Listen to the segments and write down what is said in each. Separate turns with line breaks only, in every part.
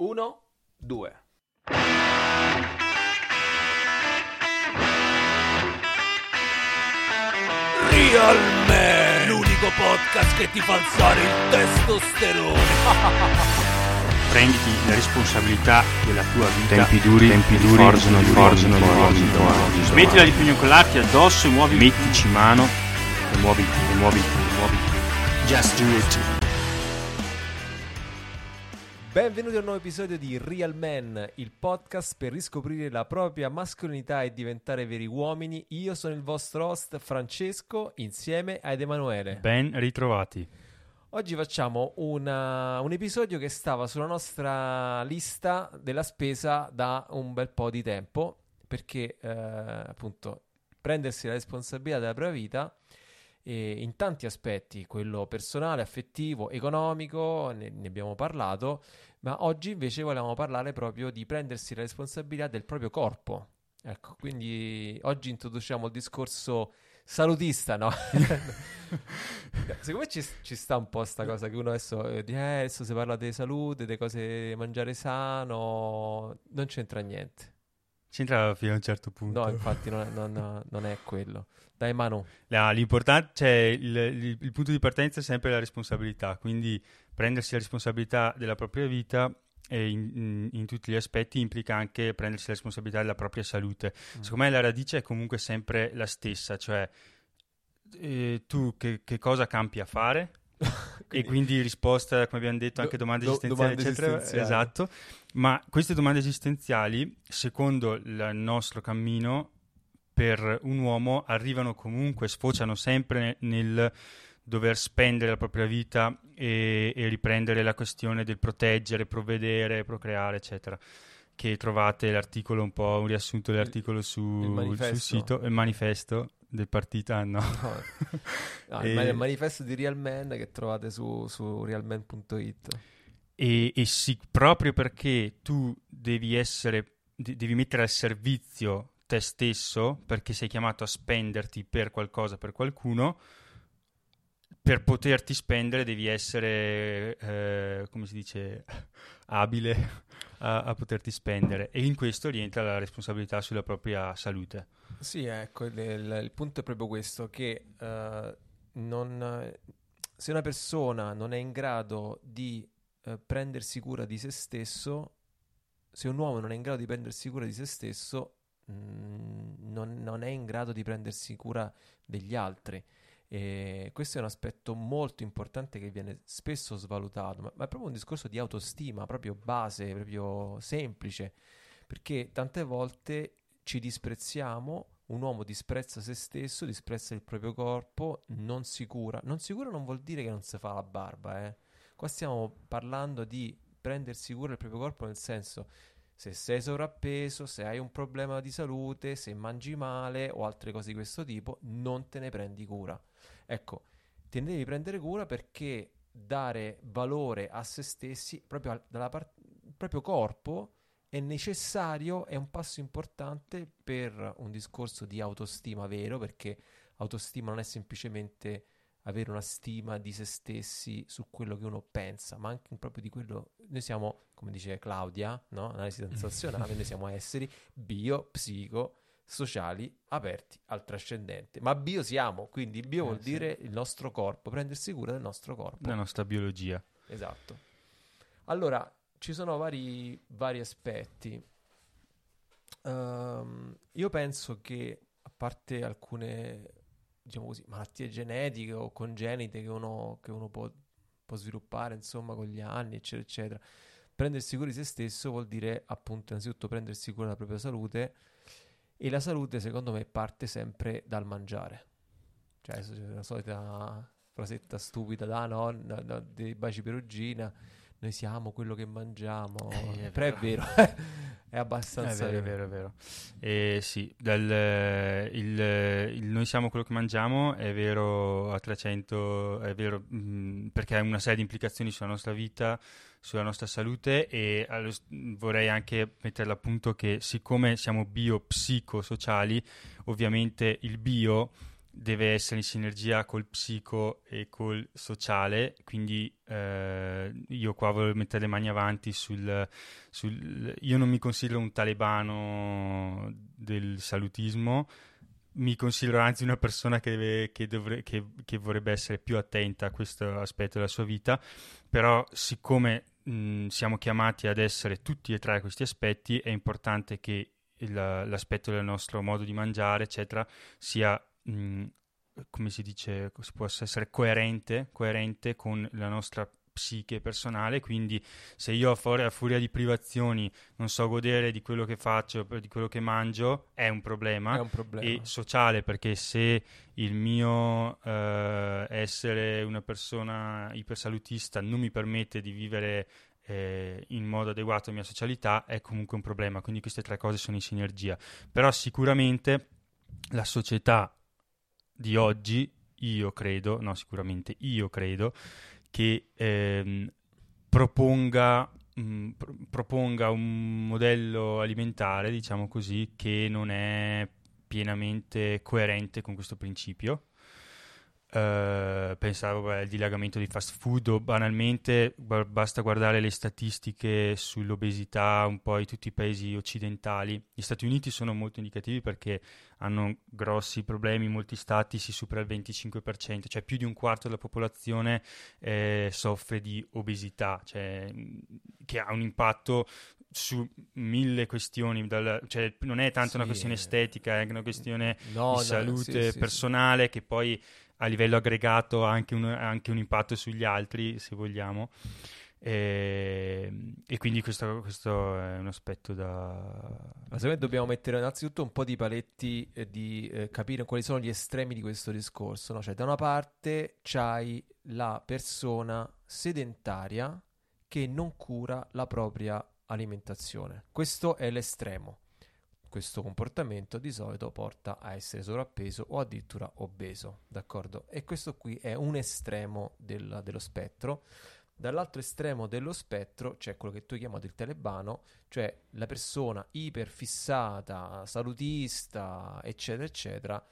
1, 2.
Real Man, l'unico podcast che ti fa alzare il testosterone.
Prenditi la responsabilità della tua vita.
Tempi duri forzano.
Smettila di pignocolarti addosso e mettici mano e muoviti. Just do it.
Benvenuti a un nuovo episodio di Real Man, il podcast per riscoprire la propria mascolinità e diventare veri uomini. Io sono il vostro host Francesco, insieme ad Emanuele.
Ben ritrovati.
Oggi facciamo un episodio che stava sulla nostra lista della spesa da un bel po' di tempo, perché appunto prendersi la responsabilità della propria vita in tanti aspetti, quello personale, affettivo, economico, ne abbiamo parlato, ma oggi invece volevamo parlare proprio di prendersi la responsabilità del proprio corpo. Ecco, quindi oggi introduciamo il discorso salutista, no? Secondo me ci sta un po' sta cosa che uno adesso si parla di salute, di cose mangiare sano, non c'entra niente.
C'entra fino a un certo punto.
No, infatti non è quello. Dai Manu.
L'importante, cioè il punto di partenza è sempre la responsabilità, quindi prendersi la responsabilità della propria vita e in tutti gli aspetti implica anche prendersi la responsabilità della propria salute. Secondo me la radice è comunque sempre la stessa, cioè tu che cosa campi a fare? E quindi risposta, come abbiamo detto, anche domande esistenziali, eccetera.
esistenziali.
Esatto. Ma queste domande esistenziali, secondo il nostro cammino, per un uomo arrivano comunque, sfociano sempre nel dover spendere la propria vita e riprendere la questione del proteggere, provvedere, procreare, eccetera. Che trovate l'articolo, un po' un riassunto dell'articolo sul sito, il manifesto del partito.
Il manifesto di Real Man che trovate su realman.it.
E sì, proprio perché tu devi mettere al servizio te stesso, perché sei chiamato a spenderti per qualcosa, per qualcuno. Per poterti spendere devi essere, come si dice, abile a poterti spendere, e in questo rientra la responsabilità sulla propria salute.
Sì, ecco, il punto è proprio questo, che se una persona non è in grado di prendersi cura di se stesso, se un uomo non è in grado di prendersi cura di se stesso, non è in grado di prendersi cura degli altri. E questo è un aspetto molto importante che viene spesso svalutato, ma è proprio un discorso di autostima, proprio base, proprio semplice, perché tante volte ci disprezziamo, un uomo disprezza se stesso, disprezza il proprio corpo, non si cura. Non si cura non vuol dire che non si fa la barba, eh. Qua stiamo parlando di prendersi cura del proprio corpo, nel senso, se sei sovrappeso, se hai un problema di salute, se mangi male o altre cose di questo tipo, non te ne prendi cura. Ecco, te ne devi prendere cura, perché dare valore a se stessi, proprio il proprio corpo, è necessario, è un passo importante per un discorso di autostima vero, perché autostima non è semplicemente avere una stima di se stessi su quello che uno pensa, ma anche proprio di quello. Noi siamo, come dice Claudia, no? Analisi sensazionale, noi siamo esseri bio-psico sociali aperti al trascendente, ma bio siamo, quindi il bio vuol dire il nostro corpo, prendersi cura del nostro corpo,
La nostra biologia.
esatto. Allora, ci sono vari aspetti. Io penso che, a parte alcune, diciamo così, malattie genetiche o congenite che uno può sviluppare, insomma, con gli anni, eccetera, eccetera, prendersi cura di se stesso vuol dire, appunto, innanzitutto prendersi cura della propria salute. E la salute, secondo me, parte sempre dal mangiare. Cioè, la solita frasetta stupida no, dei baci perugina, noi siamo quello che mangiamo. Però è vero, è abbastanza
È vero. Sì, il noi siamo quello che mangiamo è vero a 300, è vero, perché ha una serie di implicazioni sulla nostra vita, sulla nostra salute, e vorrei anche metterla a punto che, siccome siamo bio-psico-sociali, ovviamente il bio deve essere in sinergia col psico e col sociale, quindi io qua voglio mettere le mani avanti io non mi considero un talebano del salutismo, mi considero anzi una persona che vorrebbe essere più attenta a questo aspetto della sua vita, però siccome siamo chiamati ad essere tutti e tre questi aspetti, è importante che l'aspetto del nostro modo di mangiare, eccetera, sia, come si dice, si può essere coerente con la nostra psiche personale. Quindi se io a furia di privazioni non so godere di quello che faccio, di quello che mangio, è un problema.
È un problema.
E sociale, perché se il mio essere una persona ipersalutista non mi permette di vivere in modo adeguato la mia socialità, è comunque un problema. Quindi queste tre cose sono in sinergia. Però sicuramente la società di oggi, io credo che proponga un modello alimentare, diciamo così, che non è pienamente coerente con questo principio. Pensavo al dilagamento di fast food, o banalmente basta guardare le statistiche sull'obesità un po' di tutti i paesi occidentali. Gli Stati Uniti sono molto indicativi perché hanno grossi problemi, in molti stati si supera il 25%, cioè più di un quarto della popolazione soffre di obesità, cioè, che ha un impatto su mille questioni, cioè non è tanto una questione estetica, è una questione di salute personale, che poi a livello aggregato ha anche un impatto sugli altri, se vogliamo, e quindi questo è un aspetto
Ma secondo me dobbiamo mettere innanzitutto un po' di paletti di capire quali sono gli estremi di questo discorso, no? Cioè, da una parte c'hai la persona sedentaria che non cura la propria alimentazione. Questo è l'estremo. Questo comportamento di solito porta a essere sovrappeso o addirittura obeso, d'accordo? E questo qui è un estremo dello spettro. Dall'altro estremo dello spettro c'è quello che tu hai chiamato il talebano, cioè la persona iperfissata, salutista, eccetera, eccetera,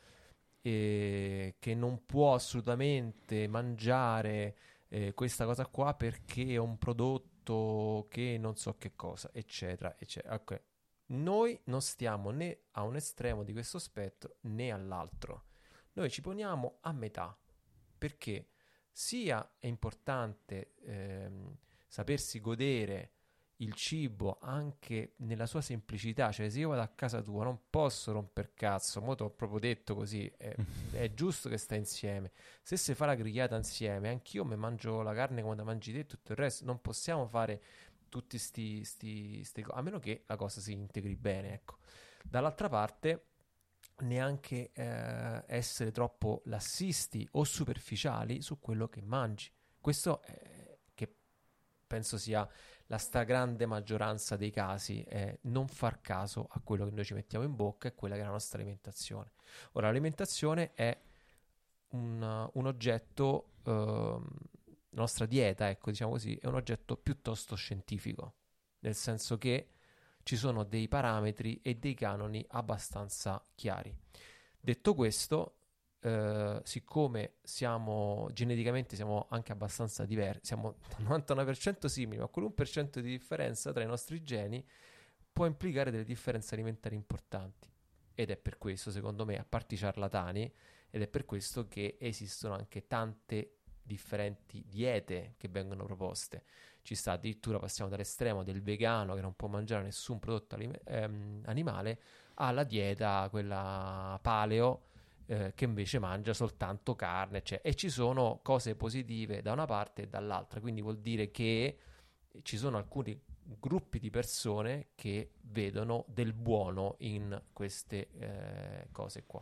che non può assolutamente mangiare questa cosa qua perché è un prodotto che non so che cosa, eccetera, eccetera. Ok. Noi non stiamo né a un estremo di questo spettro né all'altro. Noi ci poniamo a metà, perché sia è importante sapersi godere il cibo anche nella sua semplicità. Cioè, se io vado a casa tua non posso romper cazzo, mo' t'ho proprio detto così, è giusto che stai insieme. Se si fa la grigliata insieme, anch'io mi mangio la carne come la mangi te e tutto il resto. Non possiamo fare tutti a meno che la cosa si integri bene, ecco. Dall'altra parte neanche essere troppo lassisti o superficiali su quello che mangi. Questo che penso sia la stragrande maggioranza dei casi, è non far caso a quello che noi ci mettiamo in bocca e quella che è la nostra alimentazione. Ora, l'alimentazione è un oggetto, la nostra dieta, ecco, diciamo così, è un oggetto piuttosto scientifico, nel senso che ci sono dei parametri e dei canoni abbastanza chiari. Detto questo, siccome geneticamente siamo anche abbastanza diversi, siamo 99% simili, ma quell'1% di differenza tra i nostri geni può implicare delle differenze alimentari importanti. Ed è per questo, secondo me, a parte i ciarlatani, ed è per questo che esistono anche tante differenti diete che vengono proposte. Ci sta addirittura, passiamo dall'estremo del vegano che non può mangiare nessun prodotto animale, alla dieta quella paleo che invece mangia soltanto carne, cioè, e ci sono cose positive da una parte e dall'altra, quindi vuol dire che ci sono alcuni gruppi di persone che vedono del buono in queste cose qua.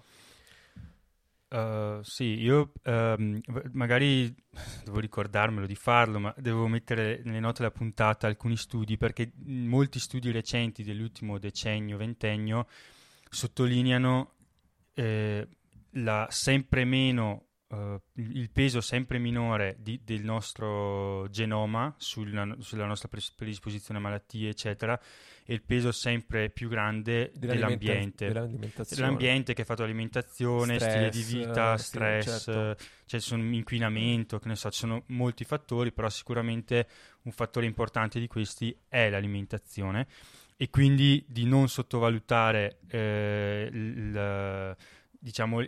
Sì, io magari devo ricordarmelo di farlo, ma devo mettere nelle note della puntata alcuni studi, perché molti studi recenti dell'ultimo decennio, ventennio, sottolineano la sempre meno il peso sempre minore del nostro genoma sulla nostra predisposizione a malattie, eccetera, e il peso sempre più grande dell'ambiente. L'ambiente che è fatto alimentazione, stile di vita, stress,
certo.
cioè sono inquinamento, che ne so, ci sono molti fattori, però sicuramente un fattore importante di questi è l'alimentazione, e quindi di non sottovalutare diciamo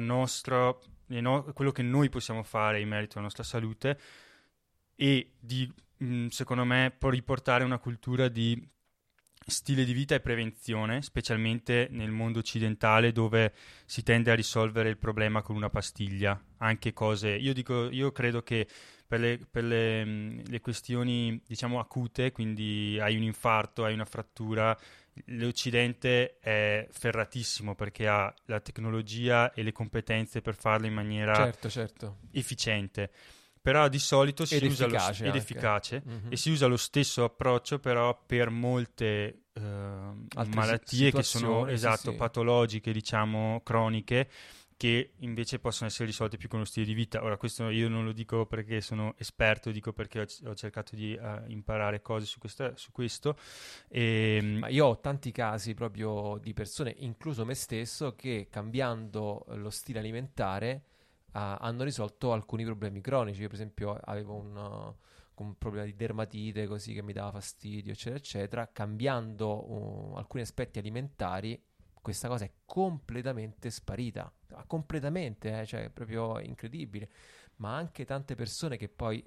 quello che noi possiamo fare in merito alla nostra salute, e di secondo me riportare una cultura di stile di vita e prevenzione, specialmente nel mondo occidentale, dove si tende a risolvere il problema con una pastiglia. Anche cose, io credo che per le questioni, diciamo, acute, quindi hai un infarto, hai una frattura, l'Occidente è ferratissimo perché ha la tecnologia e le competenze per farlo in maniera
Certo.
efficiente. Però di solito
Ed efficace
ed
anche.
efficace,
Mhm.
e si usa lo stesso approccio però per molte malattie che sono
situazioni, sì.
patologiche, diciamo croniche, che invece possono essere risolte più con lo stile di vita. Ora, questo io non lo dico perché sono esperto, dico perché ho cercato di imparare cose su questo.
Ma io ho tanti casi proprio di persone, incluso me stesso, che cambiando lo stile alimentare hanno risolto alcuni problemi cronici. Io, per esempio, avevo un problema di dermatite così che mi dava fastidio, eccetera, eccetera. Cambiando alcuni aspetti alimentari, questa cosa è completamente sparita. Completamente, cioè è proprio incredibile. Ma anche tante persone che poi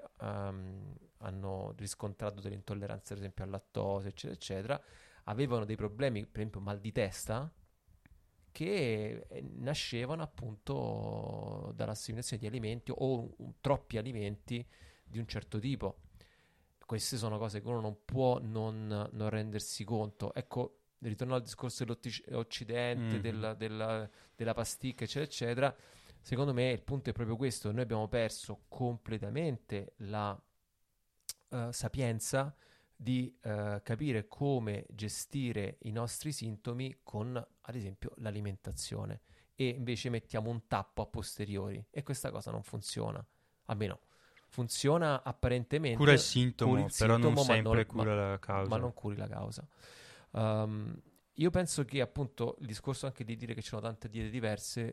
hanno riscontrato delle intolleranze, per esempio al lattosio, eccetera, eccetera, avevano dei problemi, per esempio mal di testa, che nascevano appunto dall'assimilazione di alimenti o troppi alimenti di un certo tipo. Queste sono cose che uno non può non rendersi conto. Ecco, ritorno al discorso dell'Occidente, della pasticca, eccetera, eccetera. Secondo me il punto è proprio questo: noi abbiamo perso completamente la sapienza di capire come gestire i nostri sintomi con, ad esempio, l'alimentazione, e invece mettiamo un tappo a posteriori, e questa cosa non funziona, almeno funziona apparentemente,
cura il
curi
sintomo,
il
però non
sintomo,
sempre cura la
ma
causa.
non curi la causa. Io penso che appunto il discorso anche di dire che ci sono tante diete diverse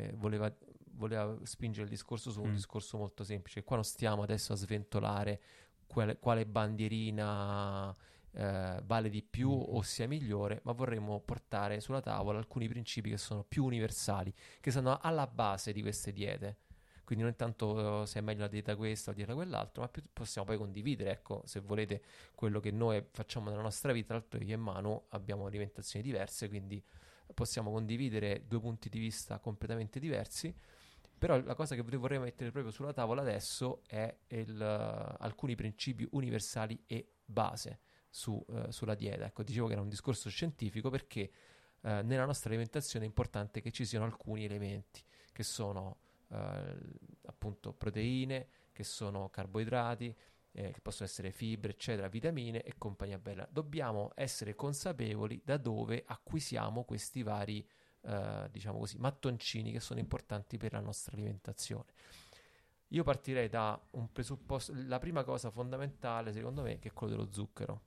voleva spingere il discorso su un discorso molto semplice. Qua non stiamo adesso a sventolare quale bandierina vale di più o sia migliore, ma vorremmo portare sulla tavola alcuni principi che sono più universali, che sono alla base di queste diete. Quindi non tanto se è meglio la dieta questa o la dieta quell'altra, ma possiamo poi condividere, ecco, se volete, quello che noi facciamo nella nostra vita. Tra l'altro io e Manu abbiamo alimentazioni diverse, quindi possiamo condividere due punti di vista completamente diversi. Però la cosa che vorrei mettere proprio sulla tavola adesso è alcuni principi universali e base sulla dieta. Ecco, dicevo che era un discorso scientifico perché nella nostra alimentazione è importante che ci siano alcuni elementi che sono appunto proteine, che sono carboidrati, che possono essere fibre, eccetera, vitamine e compagnia bella. Dobbiamo essere consapevoli da dove acquisiamo questi vari diciamo così, mattoncini che sono importanti per la nostra alimentazione. Io partirei da un presupposto, la prima cosa fondamentale secondo me, che è quello dello zucchero.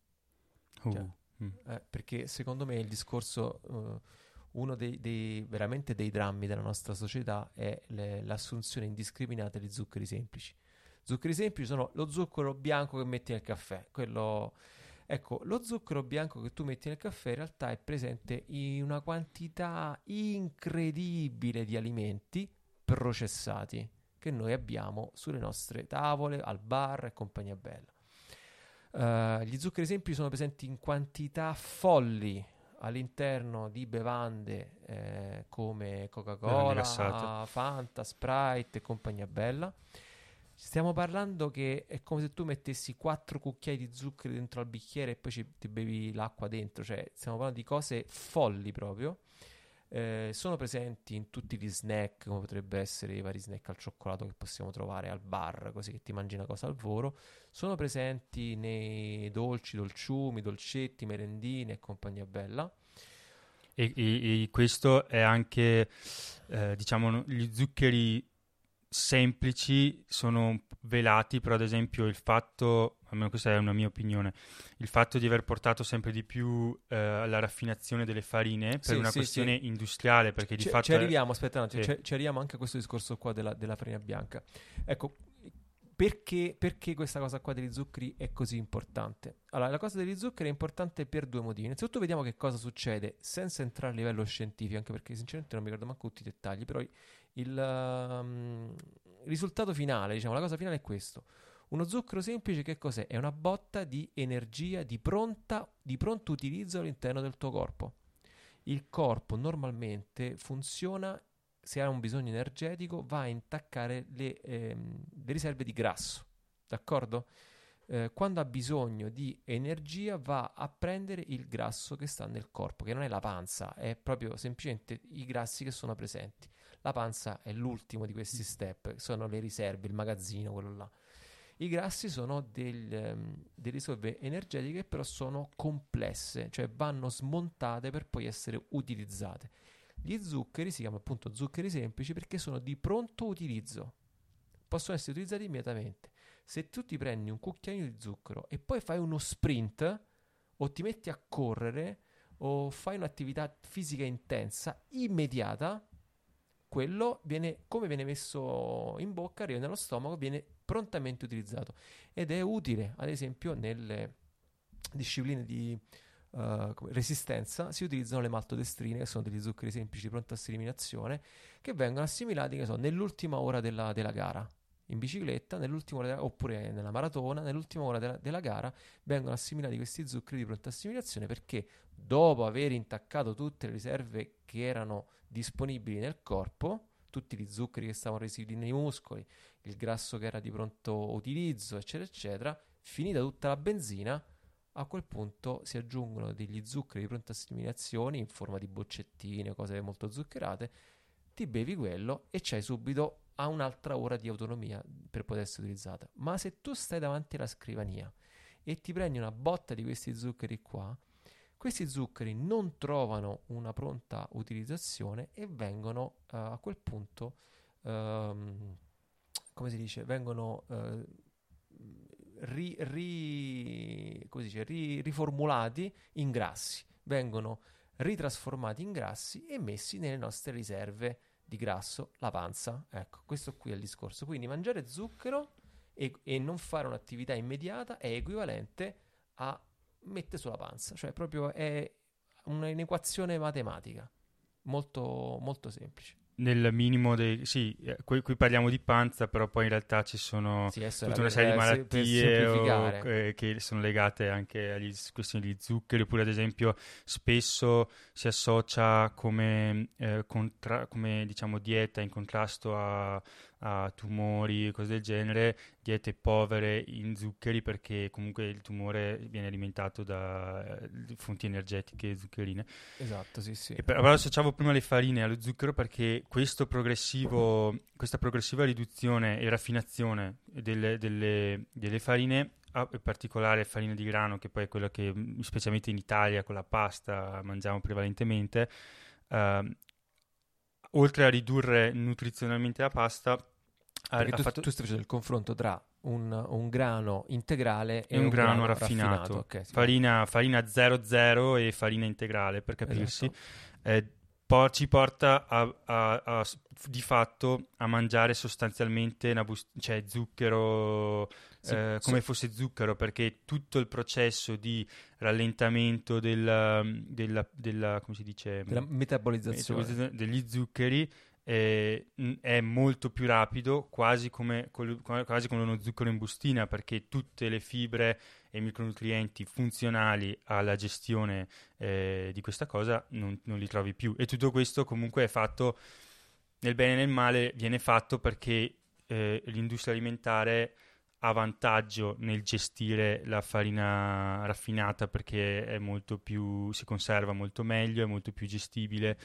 Perché secondo me il discorso, uno veramente dei drammi della nostra società è l'assunzione indiscriminata di zuccheri semplici. Zuccheri semplici sono lo zucchero bianco che metti nel caffè, quello. Ecco, lo zucchero bianco che tu metti nel caffè in realtà è presente in una quantità incredibile di alimenti processati che noi abbiamo sulle nostre tavole, al bar e compagnia bella. Gli zuccheri semplici sono presenti in quantità folli all'interno di bevande come Coca-Cola, Fanta, Sprite e compagnia bella. Stiamo parlando che è come se tu mettessi 4 cucchiai di zuccheri dentro al bicchiere e poi ti bevi l'acqua dentro. Cioè, stiamo parlando di cose folli proprio. Sono presenti in tutti gli snack, come potrebbe essere i vari snack al cioccolato che possiamo trovare al bar, così che ti mangi una cosa al volo. Sono presenti nei dolci, dolciumi, dolcetti, merendine e compagnia bella.
E questo è anche, diciamo, gli zuccheri semplici, sono velati, però ad esempio il fatto, almeno questa è una mia opinione, il fatto di aver portato sempre di più alla raffinazione delle farine per una questione industriale, perché di fatto...
Ci arriviamo, aspetta un attimo,
Sì.
ci arriviamo anche a questo discorso qua della farina bianca. Ecco, perché questa cosa qua degli zuccheri è così importante? Allora, la cosa degli zuccheri è importante per due motivi. Innanzitutto vediamo che cosa succede, senza entrare a livello scientifico, anche perché sinceramente non mi ricordo manco tutti i dettagli, però il risultato finale, diciamo, la cosa finale è questo. Uno zucchero semplice che cos'è? È una botta di energia di pronto utilizzo all'interno del tuo corpo. Il corpo normalmente funziona, se ha un bisogno energetico, va a intaccare le riserve di grasso, d'accordo? Quando ha bisogno di energia va a prendere il grasso che sta nel corpo, che non è la panza, è proprio semplicemente i grassi che sono presenti. La panza è l'ultimo di questi step, sono le riserve, il magazzino, quello là. I grassi sono delle riserve energetiche, però sono complesse, cioè vanno smontate per poi essere utilizzate. Gli zuccheri si chiamano appunto zuccheri semplici perché sono di pronto utilizzo, possono essere utilizzati immediatamente. Se tu ti prendi un cucchiaino di zucchero e poi fai uno sprint o ti metti a correre o fai un'attività fisica intensa immediata, quello viene, come viene messo in bocca, arriva nello stomaco, viene prontamente utilizzato ed è utile, ad esempio nelle discipline di resistenza si utilizzano le maltodestrine, che sono degli zuccheri semplici di pronta assimilazione, che vengono assimilati, che so, nell'ultima ora della gara in bicicletta, nell'ultima ora oppure nella maratona, nell'ultima ora della gara vengono assimilati questi zuccheri di pronta assimilazione, perché dopo aver intaccato tutte le riserve che erano disponibili nel corpo, tutti gli zuccheri che stavano residui nei muscoli, il grasso che era di pronto utilizzo, eccetera, eccetera, finita tutta la benzina, a quel punto si aggiungono degli zuccheri di pronta assimilazione in forma di boccettine, cose molto zuccherate, ti bevi quello e c'hai subito a un'altra ora di autonomia per poter essere utilizzata. Ma se tu stai davanti alla scrivania e ti prendi una botta di questi zuccheri qua, questi zuccheri non trovano una pronta utilizzazione e vengono a quel punto, come si dice, vengono riformulati in grassi, vengono ritrasformati in grassi e messi nelle nostre riserve di grasso, la panza. Ecco, questo qui è il discorso. Quindi mangiare zucchero e non fare un'attività immediata è equivalente a mettere sulla panza, cioè proprio è un'equazione matematica molto, molto semplice.
Nel minimo dei... Sì, qui parliamo di panza, però poi in realtà ci sono tutta una serie di malattie che sono legate anche alle questioni di zuccheri, oppure ad esempio spesso si associa come diciamo dieta in contrasto a tumori, cose del genere, diete povere in zuccheri, perché comunque il tumore viene alimentato da fonti energetiche zuccherine.
Esatto, sì, sì.
Però associavo prima le farine allo zucchero perché questa progressiva riduzione e raffinazione delle farine, in particolare farina di grano, che poi è quella che specialmente in Italia con la pasta mangiamo prevalentemente, oltre a ridurre nutrizionalmente la pasta,
tu stai facendo il confronto tra un grano integrale e
un grano raffinato.
Okay, sì.
Farina 00 e farina integrale, per capirsi.
Esatto.
Ci porta di fatto a mangiare sostanzialmente cioè zucchero, come fosse zucchero, perché tutto il processo di rallentamento della come si dice?
Della metabolizzazione
degli zuccheri è molto più rapido, quasi come uno zucchero in bustina, perché tutte le fibre e i micronutrienti funzionali alla gestione di questa cosa non li trovi più. E tutto questo comunque è fatto, nel bene e nel male, viene fatto perché l'industria alimentare ha vantaggio nel gestire la farina raffinata, perché è molto più, si conserva molto meglio, è molto più gestibile,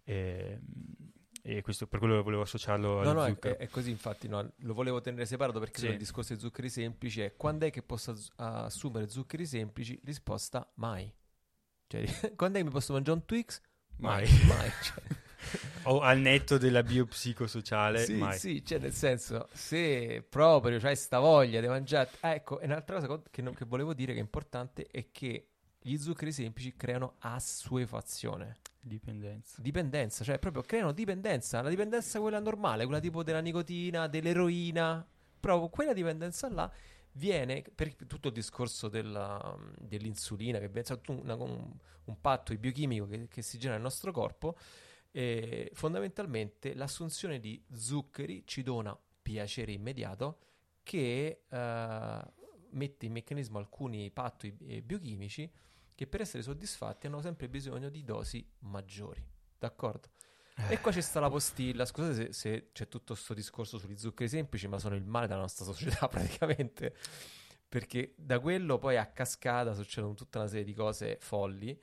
e questo per quello volevo associarlo allo zucchero.
È così, infatti, no, lo volevo tenere separato perché
Sì.
il discorso dei zuccheri semplici è: quando è che posso assumere zuccheri semplici? Risposta: mai. Cioè, quando è che mi posso mangiare un Twix? Mai. Cioè,
O al netto della biopsicosociale,
Sì,
mai.
sì, cioè nel senso, se proprio c'hai sta voglia di mangiare... ecco, e un'altra cosa che volevo dire che è importante è che gli zuccheri semplici creano assuefazione.
Dipendenza.
Cioè proprio creano dipendenza. La dipendenza quella normale, quella tipo della nicotina, dell'eroina. Proprio quella dipendenza là viene per tutto il discorso dell'insulina, che è tutto un patto biochimico che si genera nel nostro corpo. E fondamentalmente l'assunzione di zuccheri ci dona piacere immediato che mette in meccanismo alcuni patti biochimici che per essere soddisfatti hanno sempre bisogno di dosi maggiori, d'accordo? E qua c'è sta la postilla, scusate se c'è tutto questo discorso sugli zuccheri semplici, ma sono il male della nostra società praticamente, perché da quello poi a cascata succedono tutta una serie di cose folli.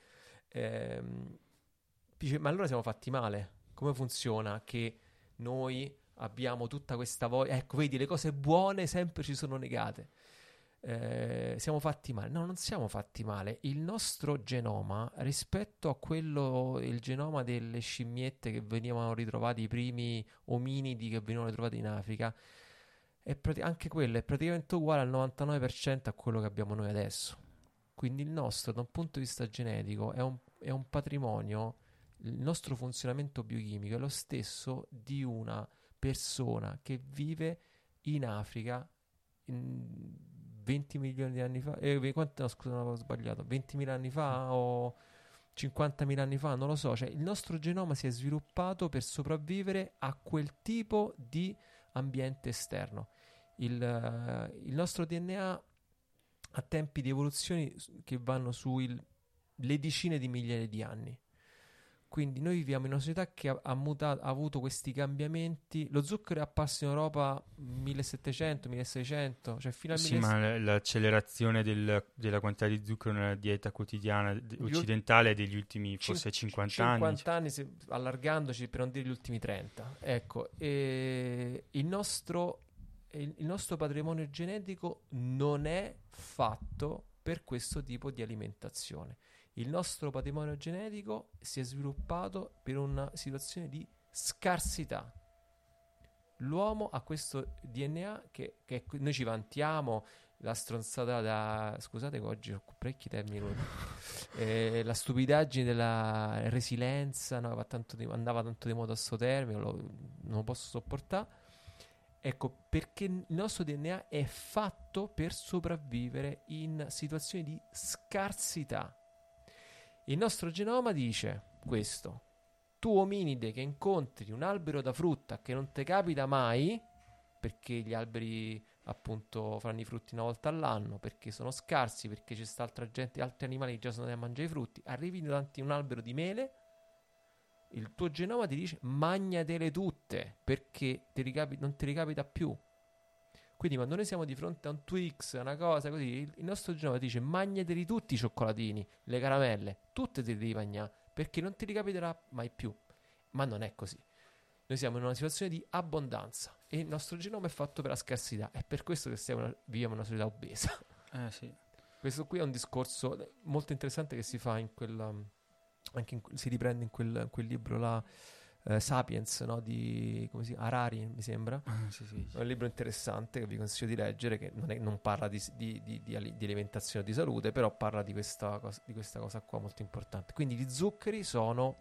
Dice, ma allora siamo fatti male? Come funziona che noi abbiamo tutta questa voglia? Ecco, vedi, le cose buone sempre ci sono negate. Siamo fatti male. No, non siamo fatti male. Il nostro genoma, rispetto a quello, il genoma delle scimmiette che venivano ritrovati, i primi ominidi che venivano ritrovati in Africa, anche quello è praticamente uguale al 99% a quello che abbiamo noi adesso. Quindi il nostro, da un punto di vista genetico, è un patrimonio. Il nostro funzionamento biochimico è lo stesso di una persona che vive in Africa 20 milioni di anni fa. No, scusa, non avevo sbagliato. 20.000 anni fa o 50.000 anni fa, non lo so. Cioè, il nostro genoma si è sviluppato per sopravvivere a quel tipo di ambiente esterno. Il nostro DNA ha tempi di evoluzione che vanno sulle decine di migliaia di anni. Quindi noi viviamo in una società che ha avuto questi cambiamenti. Lo zucchero è apparso in Europa 1700, 1600, cioè fino al
Sì, ma l'accelerazione della quantità di zucchero nella dieta quotidiana occidentale è degli ultimi forse 50 anni.
50 anni, allargandoci per non dire gli ultimi 30. Ecco, il nostro patrimonio genetico non è fatto per questo tipo di alimentazione. Il nostro patrimonio genetico si è sviluppato per una situazione di scarsità. L'uomo ha questo DNA che noi ci vantiamo, la stronzata scusate che oggi ho parecchi termini, la stupidaggine della resilienza, no, andava tanto di moda sto termine, non lo posso sopportare. Ecco, perché il nostro DNA è fatto per sopravvivere in situazioni di scarsità. Il nostro genoma dice questo: tu ominide che incontri un albero da frutta che non ti capita mai, perché gli alberi appunto fanno i frutti una volta all'anno, perché sono scarsi, perché c'è sta altra gente, altri animali che già sono andati a mangiare i frutti, arrivi davanti a un albero di mele, il tuo genoma ti dice magnatele tutte, perché non ti ricapita più. Quindi quando noi siamo di fronte a un Twix, una cosa così, il nostro genoma dice magnateli tutti i cioccolatini, le caramelle, tutte te le devi mangiare, perché non ti ricapiterà mai più. Ma non è così. Noi siamo in una situazione di abbondanza e il nostro genoma è fatto per la scarsità. È per questo che viviamo in una società obesa.
Sì.
Questo qui è un discorso molto interessante che si fa si riprende in quel libro là, Sapiens, no? Di Harari, mi sembra.
Sì.
È un libro interessante che vi consiglio di leggere, che non parla di alimentazione o di salute, però parla di questa cosa qua molto importante. Quindi gli zuccheri sono,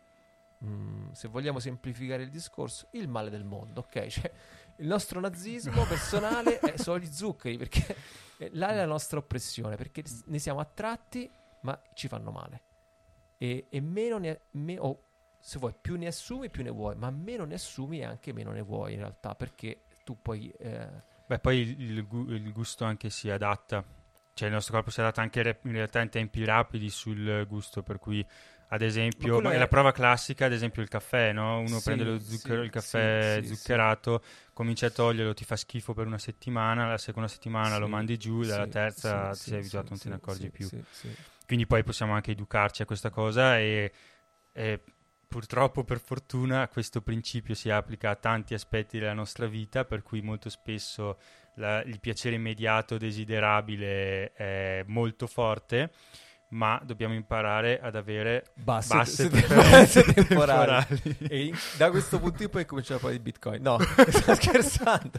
se vogliamo semplificare il discorso, il male del mondo, ok? Cioè, il nostro nazismo personale sono gli zuccheri, perché là è la nostra oppressione, perché ne siamo attratti ma ci fanno male. E meno se vuoi, più ne assumi, più ne vuoi, ma meno ne assumi e anche meno ne vuoi in realtà, perché tu poi...
poi il gusto anche si adatta, cioè il nostro corpo si adatta anche in realtà in tempi rapidi sul gusto, per cui ad esempio è la prova classica, ad esempio il caffè, no? Uno prende lo zucchero, il caffè zuccherato, comincia a toglierlo, ti fa schifo per una settimana, la seconda settimana lo mandi giù, dalla terza ti sei abituato, non te ne accorgi più. Quindi poi possiamo anche educarci a questa cosa e purtroppo, per fortuna, questo principio si applica a tanti aspetti della nostra vita, per cui molto spesso il piacere immediato desiderabile è molto forte, ma dobbiamo imparare ad avere
basse
preferenze
temporali.
temporali.
E da questo punto in poi cominciamo a parlare di Bitcoin. No, sto scherzando.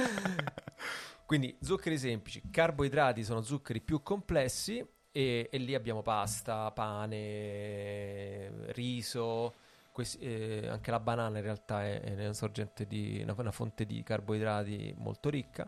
Quindi zuccheri semplici, carboidrati sono zuccheri più complessi e lì abbiamo pasta, pane, riso, anche la banana in realtà è una sorgente di una fonte di carboidrati molto ricca.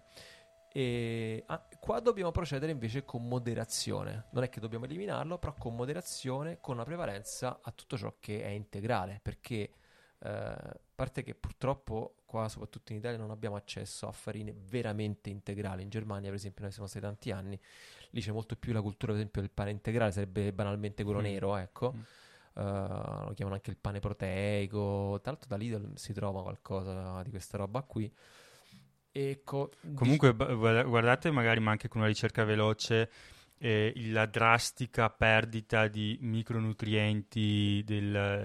E qua dobbiamo procedere invece con moderazione. Non è che dobbiamo eliminarlo, però con moderazione, con una prevalenza a tutto ciò che è integrale, perché a parte che purtroppo qua, soprattutto in Italia, non abbiamo accesso a farine veramente integrali. In Germania, per esempio, noi siamo stati tanti anni, lì c'è molto più la cultura, per esempio, del pane integrale, sarebbe banalmente quello nero, ecco. Lo chiamano anche il pane proteico. Tra l'altro da Lidl si trova qualcosa di questa roba qui.
Comunque guardate magari, ma anche con una ricerca veloce, la drastica perdita di micronutrienti di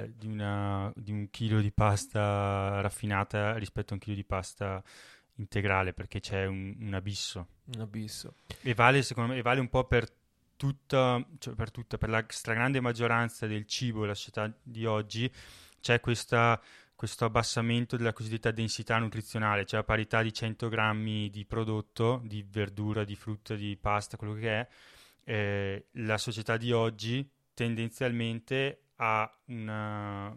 un chilo di pasta raffinata rispetto a un chilo di pasta integrale, perché c'è un abisso.
Un abisso.
E vale, secondo me, vale un po' per per la stragrande maggioranza del cibo della società di oggi. C'è questo abbassamento della cosiddetta densità nutrizionale, cioè a parità di 100 grammi di prodotto, di verdura, di frutta, di pasta, quello che è, la società di oggi tendenzialmente ha una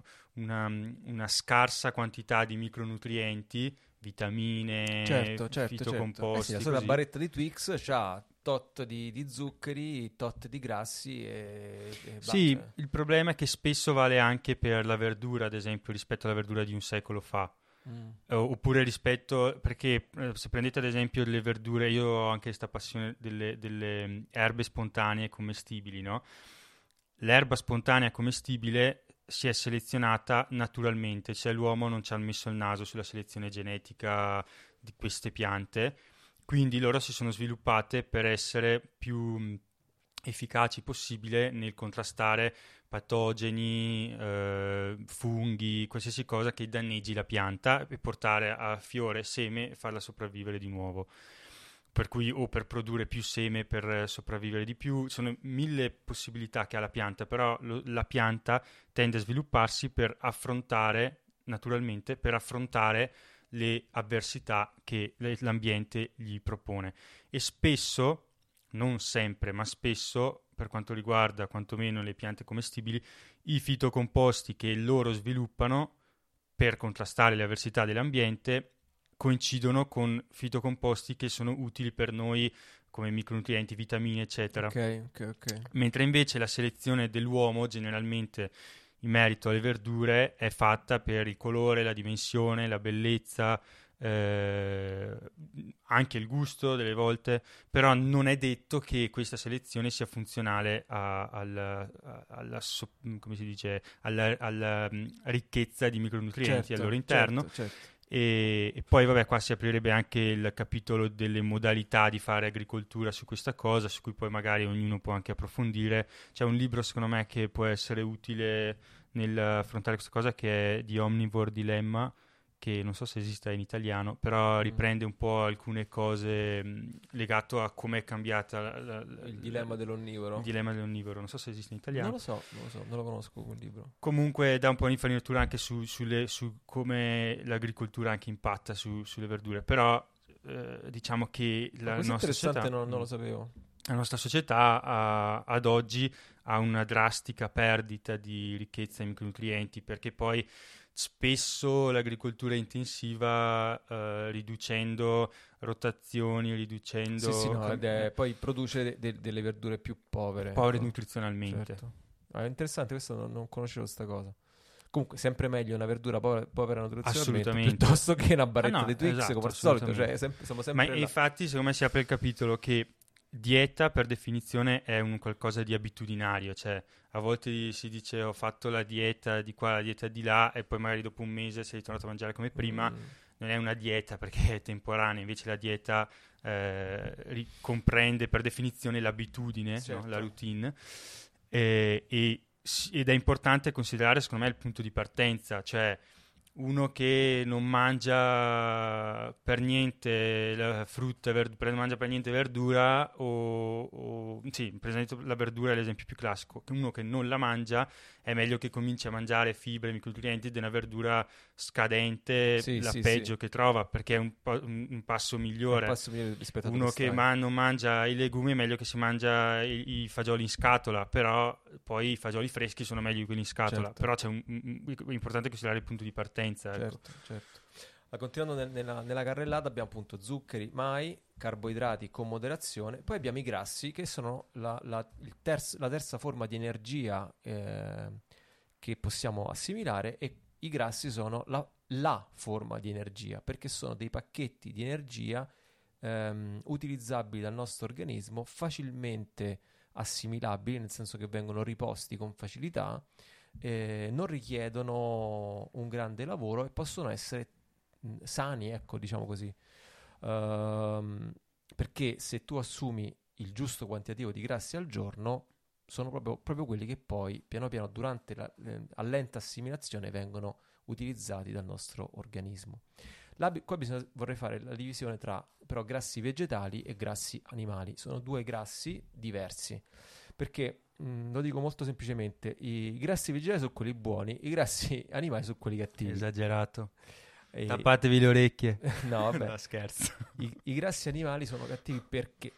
scarsa quantità di micronutrienti, vitamine, fitocomposti.
La sola barretta di Twix c'ha tot di zuccheri, tot di grassi
sì, il problema è che spesso vale anche per la verdura, ad esempio, rispetto alla verdura di un secolo fa. Oppure perché se prendete ad esempio le verdure, io ho anche questa passione delle erbe spontanee commestibili, no? L'erba spontanea commestibile si è selezionata naturalmente, cioè l'uomo non ci ha messo il naso sulla selezione genetica di queste piante, quindi loro si sono sviluppate per essere più efficaci possibile nel contrastare patogeni, funghi, qualsiasi cosa che danneggi la pianta, e portare a fiore seme e farla sopravvivere di nuovo. Per cui, o per produrre più seme per sopravvivere di più, sono 1000 possibilità che ha la pianta, però la pianta tende a svilupparsi per affrontare le avversità che l'ambiente gli propone. E spesso, non sempre, ma spesso, per quanto riguarda quantomeno le piante commestibili, i fitocomposti che loro sviluppano per contrastare le avversità dell'ambiente coincidono con fitocomposti che sono utili per noi come micronutrienti, vitamine, eccetera.
Ok.
Mentre invece la selezione dell'uomo generalmente in merito alle verdure è fatta per il colore, la dimensione, la bellezza, anche il gusto delle volte, però non è detto che questa selezione sia funzionale alla ricchezza di micronutrienti al loro interno.
Certo.
E poi vabbè, qua si aprirebbe anche il capitolo delle modalità di fare agricoltura su questa cosa, su cui poi magari ognuno può anche approfondire. C'è un libro secondo me che può essere utile nell'affrontare questa cosa, che è The Omnivore Dilemma, che non so se esista in italiano, però riprende un po' alcune cose legato a come è cambiata
il dilemma dell'onnivoro.
Il dilemma dell'onnivoro, non so se esiste in italiano.
Non lo so, non lo conosco quel libro.
Comunque dà un po' un'infarinatura anche su come l'agricoltura anche impatta sulle verdure, però diciamo che la nostra società
non lo sapevo.
La nostra società ad oggi ha una drastica perdita di ricchezza e micronutrienti, perché poi spesso l'agricoltura intensiva, riducendo rotazioni,
poi produce delle verdure più povere
nutrizionalmente.
Certo. È interessante, questo non conoscevo questa cosa. Comunque sempre meglio una verdura povera nutrizionalmente piuttosto che una barretta di Twix,
esatto,
come al solito, cioè, siamo sempre
ma infatti secondo me si apre il capitolo che dieta per definizione è un qualcosa di abitudinario, cioè a volte si dice ho fatto la dieta di qua, la dieta di là, e poi magari dopo un mese sei ritornato a mangiare come prima. Non è una dieta perché è temporanea, invece la dieta comprende per definizione l'abitudine,
certo.
No? La routine, ed è importante considerare secondo me il punto di partenza, cioè uno che non mangia per niente la frutta, non mangia per niente verdura, sì, per esempio la verdura è l'esempio più classico, che uno che non la mangia è meglio che cominci a mangiare fibre, micronutrienti di una verdura scadente,
Sì,
la
sì, sì.
peggio che trova, perché è un passo
È un
migliore.
passo migliore rispetto a dove
Uno che
stai.
non mangia i legumi è meglio che si mangia i fagioli in scatola, però poi i fagioli freschi sono meglio di quelli in scatola,
Certo,
però è importante considerare il punto di partenza, ecco.
certo, certo. Continuando nella carrellata abbiamo appunto zuccheri mai, carboidrati con moderazione, poi abbiamo i grassi che sono la terza forma di energia che possiamo assimilare, e i grassi sono la forma di energia perché sono dei pacchetti di energia utilizzabili dal nostro organismo, facilmente assimilabili, nel senso che vengono riposti con facilità, non richiedono un grande lavoro e possono essere sani, ecco, diciamo così. Ehm, Perché se tu assumi il giusto quantitativo di grassi al giorno, sono proprio quelli che poi, piano piano, durante a lenta assimilazione, vengono utilizzati dal nostro organismo. Qua vorrei fare la divisione tra però grassi vegetali e grassi animali. Sono due grassi diversi, perché lo dico molto semplicemente: i grassi vegetali sono quelli buoni, i grassi animali sono quelli cattivi.
Esagerato.
E-
Tappatevi le orecchie.
no, vabbè,
No, scherzo.
i grassi animali sono cattivi perché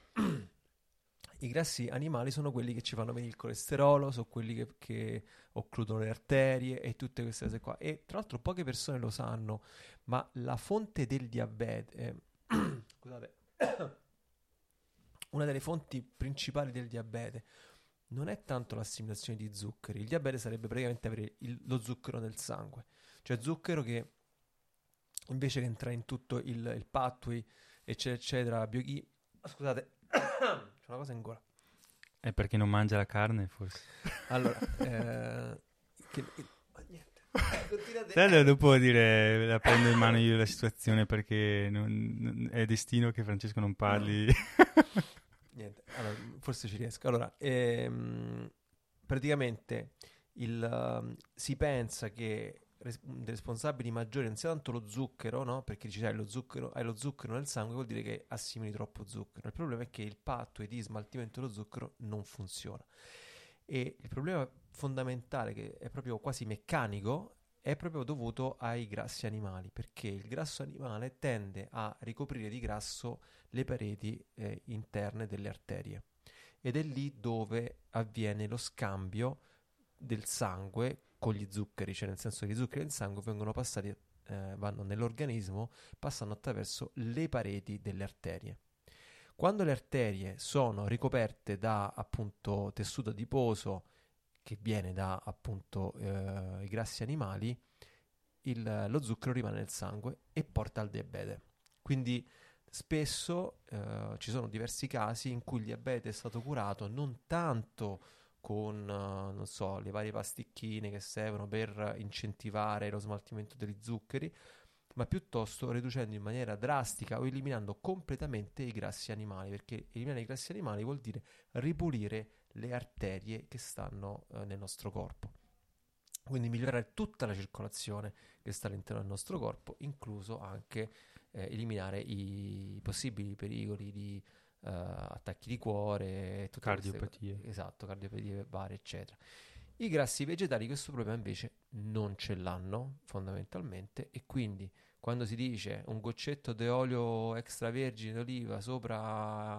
i grassi animali sono quelli che ci fanno venire il colesterolo, sono quelli che occludono le arterie e tutte queste cose qua. E tra l'altro poche persone lo sanno, ma la fonte del diabete, scusate, una delle fonti principali del diabete non è tanto l'assimilazione di zuccheri. Il diabete sarebbe praticamente avere lo zucchero nel sangue, cioè zucchero che invece che entrare in tutto il pathway, eccetera, eccetera, scusate, c'è una cosa in gola.
È perché non mangia la carne, forse.
Allora, niente.
Sai, dopo dire la prendo in mano io la situazione perché è destino che Francesco non parli.
Niente, allora, forse ci riesco. Allora, praticamente si pensa che dei responsabili maggiori non sia tanto lo zucchero, no? Perché dici, hai lo zucchero nel sangue, vuol dire che assimili troppo zucchero. Il problema è che il pathway di smaltimento dello zucchero non funziona. E il problema fondamentale, che è proprio quasi meccanico, è proprio dovuto ai grassi animali, perché il grasso animale tende a ricoprire di grasso le pareti interne delle arterie, ed è lì dove avviene lo scambio del sangue con gli zuccheri, cioè nel senso che gli zuccheri del sangue vengono passati, vanno nell'organismo, passando attraverso le pareti delle arterie. Quando le arterie sono ricoperte da appunto tessuto adiposo che viene da appunto i grassi animali, lo zucchero rimane nel sangue e porta al diabete. Quindi spesso ci sono diversi casi in cui il diabete è stato curato non tanto con, non so, le varie pasticchine che servono per incentivare lo smaltimento degli zuccheri, ma piuttosto riducendo in maniera drastica o eliminando completamente i grassi animali, perché eliminare i grassi animali vuol dire ripulire le arterie che stanno nel nostro corpo. Quindi migliorare tutta la circolazione che sta all'interno del nostro corpo, incluso anche eliminare i possibili pericoli di attacchi di cuore, tutte
Cardiopatie.
esatto, cardiopatie varie, eccetera. I grassi vegetali questo problema invece non ce l'hanno fondamentalmente, e quindi quando si dice un goccetto di olio extravergine d'oliva sopra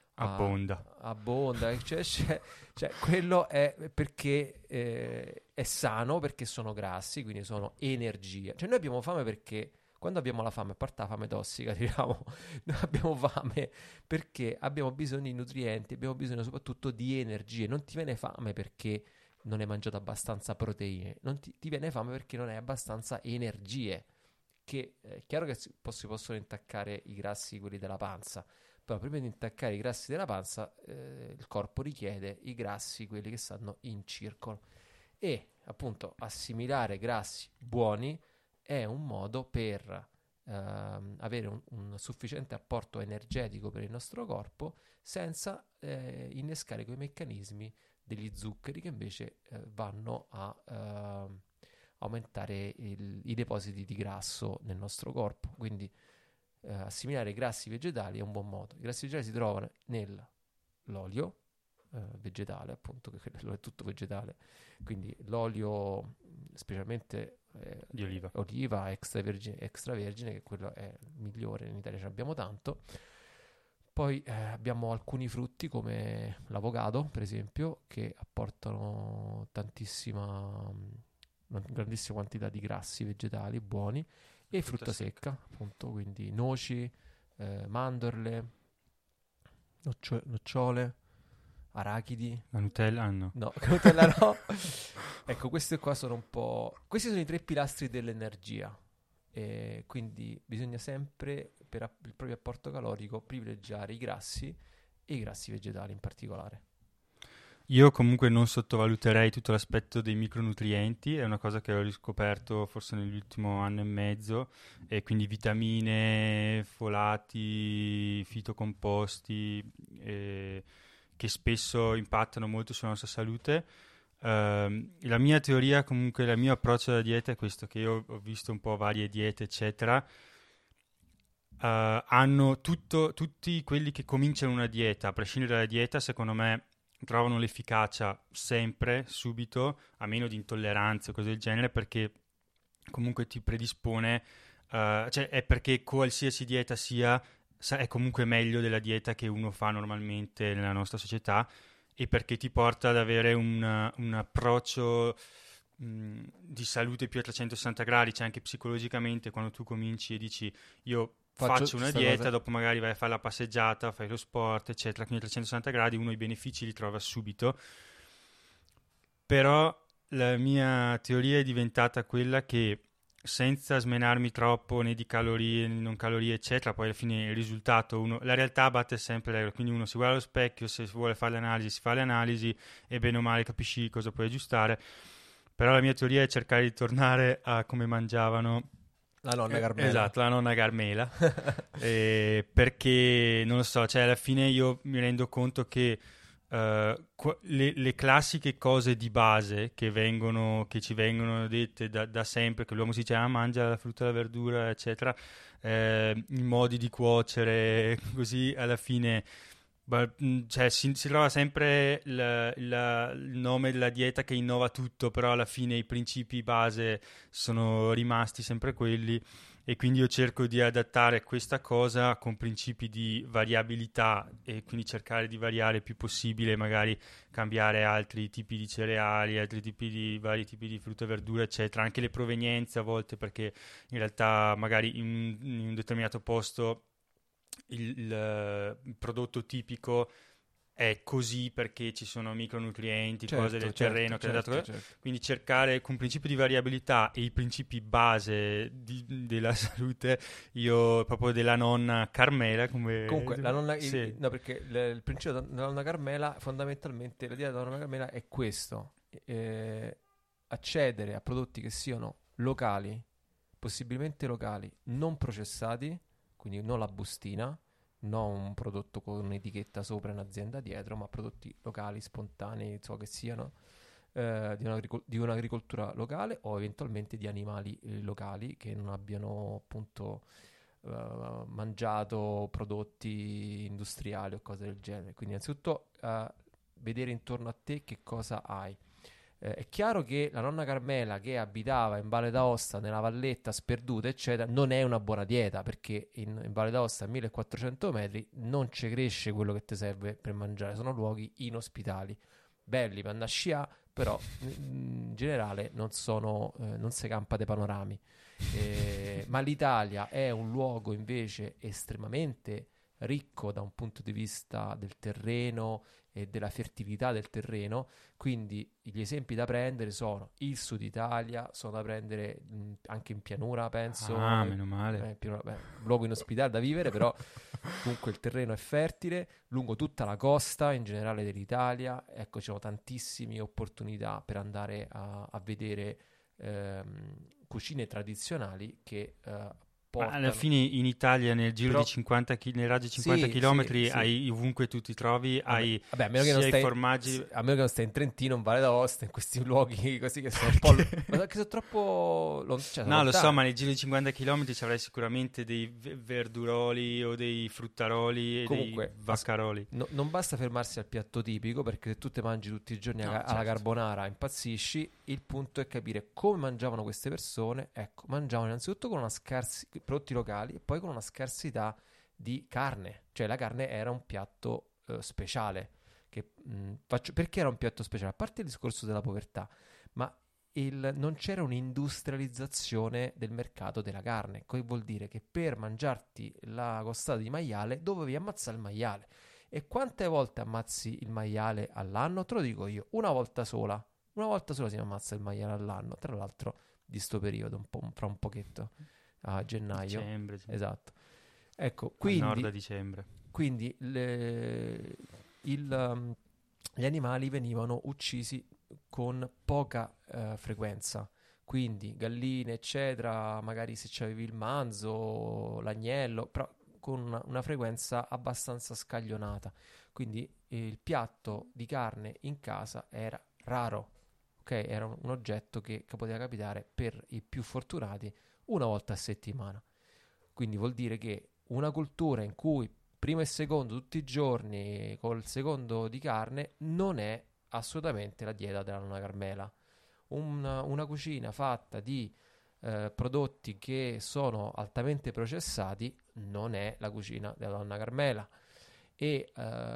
abbonda, cioè, quello è perché è sano, perché sono grassi, quindi sono energia. Cioè noi abbiamo fame perché quando abbiamo la fame, a parte la fame tossica, diciamo, noi abbiamo fame perché abbiamo bisogno di nutrienti, abbiamo bisogno soprattutto di energie. Non ti viene fame perché non hai mangiato abbastanza proteine, non ti viene fame perché non hai abbastanza energie, che è chiaro che si possono intaccare i grassi, quelli della panza, però prima di intaccare i grassi della panza il corpo richiede i grassi, quelli che stanno in circolo, e appunto assimilare grassi buoni è un modo per avere un sufficiente apporto energetico per il nostro corpo senza innescare quei meccanismi degli zuccheri che invece vanno aumentare i depositi di grasso nel nostro corpo. Quindi assimilare i grassi vegetali è un buon modo. I grassi vegetali si trovano nell'olio vegetale, appunto, che quello è tutto vegetale, quindi l'olio specialmente
Di oliva.
oliva extravergine, che quello è il migliore, in Italia ce n'abbiamo tanto. Poi abbiamo alcuni frutti come l'avocado, per esempio, che apportano una grandissima quantità di grassi vegetali buoni, e frutta secca, appunto, quindi noci, mandorle, nocciole, arachidi.
La Nutella? No.
No, Nutella no. Ecco, questi qua sono un po'... Questi sono i 3 pilastri dell'energia. E quindi bisogna sempre, per il proprio apporto calorico, privilegiare i grassi, e i grassi vegetali in particolare.
Io comunque non sottovaluterei tutto l'aspetto dei micronutrienti, è una cosa che ho riscoperto forse nell'ultimo anno e mezzo, e quindi vitamine, folati, fitocomposti, che spesso impattano molto sulla nostra salute. La mia teoria, comunque, il mio approccio alla dieta è questo, che io ho visto un po' varie diete, eccetera. Hanno tutti quelli che cominciano una dieta, a prescindere dalla dieta, secondo me trovano l'efficacia sempre, subito, a meno di intolleranze o cose del genere, perché comunque ti predispone, cioè è perché qualsiasi dieta sia, è comunque meglio della dieta che uno fa normalmente nella nostra società, e perché ti porta ad avere un approccio di salute più a 360 gradi, cioè anche psicologicamente, quando tu cominci e dici io faccio una dieta,
cosa.
dopo magari vai a fare la passeggiata, fai lo sport, eccetera, quindi a 360 gradi uno i benefici li trova subito. Però la mia teoria è diventata quella che, senza smenarmi troppo né di calorie né di non calorie, eccetera, poi alla fine il risultato, la realtà batte sempre la regola, quindi uno si guarda allo specchio, se vuole fare le analisi si fa le analisi, e bene o male capisci cosa puoi aggiustare. Però la mia teoria è cercare di tornare a come mangiavano
La nonna Carmela.
Esatto, la nonna Carmela. Perché, non lo so, cioè alla fine io mi rendo conto che le classiche cose di base che ci vengono dette da sempre, che l'uomo si dice mangia la frutta e la verdura, eccetera, i modi di cuocere, così alla fine... Cioè, si trova sempre il nome della dieta che innova tutto, però alla fine i principi base sono rimasti sempre quelli, e quindi io cerco di adattare questa cosa con principi di variabilità, e quindi cercare di variare il più possibile, magari cambiare altri tipi di cereali, vari tipi di frutta e verdura, eccetera, anche le provenienze a volte, perché in realtà magari in un determinato posto il prodotto tipico è così perché ci sono micronutrienti, cose del terreno che
certo.
Quindi cercare con principio di variabilità e i principi base della salute, io proprio della nonna Carmela, come...
Comunque, la nonna,
Sì.
no, perché il principio della nonna Carmela, fondamentalmente, la dieta della nonna Carmela è questo: accedere a prodotti che siano locali, possibilmente locali, non processati, quindi non la bustina, non un prodotto con un'etichetta sopra e un'azienda dietro, ma prodotti locali, spontanei, so che siano di un'agricoltura locale, o eventualmente di animali locali che non abbiano appunto mangiato prodotti industriali o cose del genere. Quindi innanzitutto vedere intorno a te che cosa hai. È chiaro che la nonna Carmela, che abitava in Valle d'Aosta, nella valletta sperduta, eccetera, non è una buona dieta, perché in Valle d'Aosta a 1400 metri non ci cresce quello che ti serve per mangiare. Sono luoghi inospitali, belli per andare a sciare, però in generale non si campa dei panorami. Ma l'Italia è un luogo invece estremamente ricco da un punto di vista del terreno e della fertilità del terreno, quindi gli esempi da prendere sono il Sud Italia, sono da prendere anche in pianura, penso.
Meno male.
Luogo inospitale da vivere, però comunque il terreno è fertile, lungo tutta la costa in generale dell'Italia. Ecco, ci sono tantissime opportunità per andare a vedere cucine tradizionali che sopportano.
alla fine in Italia nel giro
Però-
di 50 nel raggio di 50
Sì,
km
sì.
hai ovunque tu ti trovi, hai
Vabbè, a meno che non
sia i
stai,
formaggi.
sì, a meno che non stai in Trentino, in Valle d'Aosta, in questi luoghi così che sono un po', ma che sono troppo cioè, sono
No, lo so,
lontani.
ma nel giro di 50 km ci avrai sicuramente dei verduroli o dei fruttaroli e dei
Comunque,
vaccaroli.
non basta fermarsi al piatto tipico, perché se tu te mangi tutti i giorni
No,
alla
certo.
carbonara impazzisci. Il punto è capire come mangiavano queste persone. Ecco, mangiavano innanzitutto con una prodotti locali e poi con una scarsità di carne. Cioè la carne era un piatto speciale. Perché era un piatto speciale? A parte il discorso della povertà, ma non c'era un'industrializzazione del mercato della carne. Che vuol dire che per mangiarti la costata di maiale dovevi ammazzare il maiale. E quante volte ammazzi il maiale all'anno? Te lo dico io, una volta sola. Una volta sola si ammazza il maiale all'anno. Tra l'altro, di sto periodo, fra un pochetto, a gennaio.
Dicembre, sì.
Esatto. Ecco,
Al nord
quindi,
a dicembre.
quindi gli animali venivano uccisi con poca frequenza. Quindi galline, eccetera, magari se c'avevi il manzo, l'agnello, però con una frequenza abbastanza scaglionata. Quindi il piatto di carne in casa era raro, ok? Era un oggetto che poteva capitare per i più fortunati una volta a settimana. Quindi vuol dire che una cultura in cui primo e secondo tutti i giorni col secondo di carne non è assolutamente la dieta della nonna Carmela. Una cucina fatta di prodotti che sono altamente processati non è la cucina della nonna Carmela. E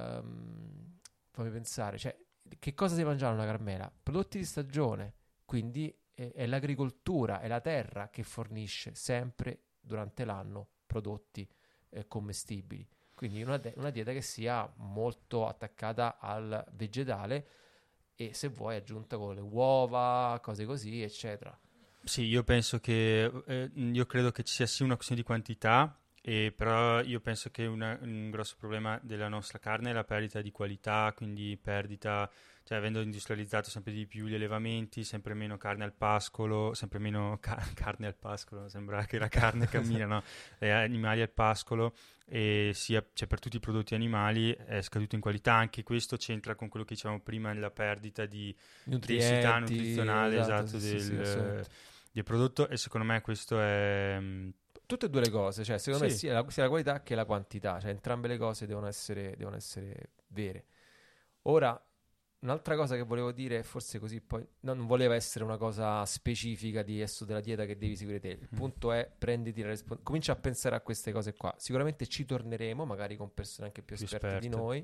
fammi pensare, cioè, che cosa si mangiava la nonna Carmela? Prodotti di stagione, quindi è l'agricoltura, è la terra che fornisce sempre durante l'anno prodotti commestibili. Quindi una dieta che sia molto attaccata al vegetale e se vuoi aggiunta con le uova, cose così, eccetera.
Sì, io penso che, io credo che ci sia sì una questione di quantità, però io penso che un grosso problema della nostra carne è la perdita di qualità, quindi perdita, cioè avendo industrializzato sempre di più gli allevamenti, sempre meno carne al pascolo, sempre meno carne al pascolo, sembra che la carne cammina, no? Animali al pascolo, e sia, cioè, per tutti i prodotti animali è scaduto in qualità. Anche questo c'entra con quello che dicevamo prima, la perdita di densità
Nutrienti,
nutrizionale,
esatto,
esatto,
sì, assolutamente.
del prodotto, e secondo me questo è
Tutte e due le cose, cioè secondo me
sì.
sia la qualità che la quantità, cioè entrambe le cose devono essere vere. Ora, un'altra cosa che volevo dire, forse così poi non voleva essere una cosa specifica di esso della dieta che devi seguire te. Il punto è prenditi la responsabilità, comincia a pensare a queste cose qua. Sicuramente ci torneremo, magari con persone anche più
Più
esperte di
esperte.
noi,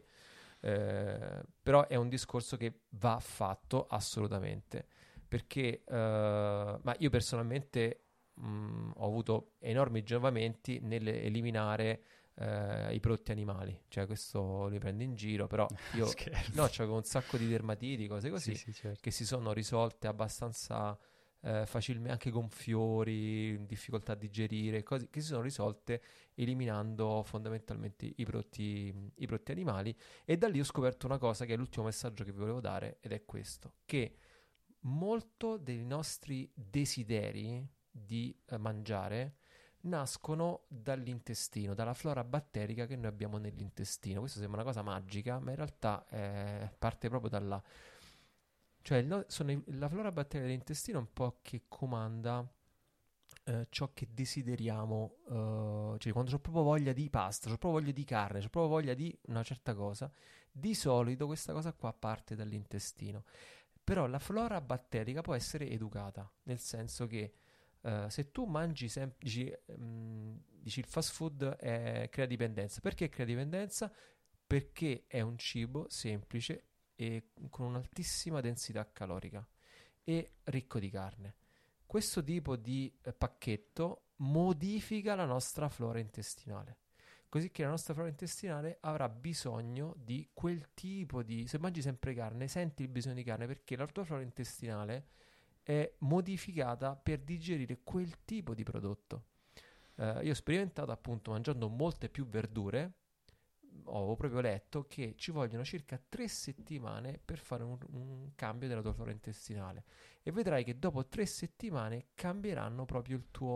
però è un discorso che va fatto assolutamente. Perché, ma io personalmente ho avuto enormi giovamenti nell'eliminare i prodotti animali, cioè questo li prendo in giro, però io
Scherzo.
no, c'avevo un sacco di dermatiti, cose così,
Sì, certo.
che si sono risolte abbastanza facilmente, anche gonfiori, difficoltà a digerire, cose che si sono risolte eliminando fondamentalmente i prodotti animali. E da lì ho scoperto una cosa che è l'ultimo messaggio che vi volevo dare, ed è questo, che molto dei nostri desideri di mangiare nascono dall'intestino, dalla flora batterica che noi abbiamo nell'intestino. Questo sembra una cosa magica, ma in realtà parte proprio da là. Cioè, la flora batterica dell'intestino è un po' che comanda ciò che desideriamo. Cioè, quando ho proprio voglia di pasta, ho proprio voglia di carne, ho proprio voglia di una certa cosa, di solito questa cosa qua parte dall'intestino. Però la flora batterica può essere educata, nel senso che se tu mangi sempre, dici il fast food crea dipendenza. Perché crea dipendenza? Perché è un cibo semplice e con un'altissima densità calorica e ricco di carne. Questo tipo di pacchetto modifica la nostra flora intestinale. Così che la nostra flora intestinale avrà bisogno di quel tipo di... Se mangi sempre carne, senti il bisogno di carne perché la tua flora intestinale è modificata per digerire quel tipo di prodotto. Io ho sperimentato appunto mangiando molte più verdure, ho proprio letto che ci vogliono circa 3 settimane per fare un cambio della tua flora intestinale e vedrai che dopo 3 settimane cambieranno proprio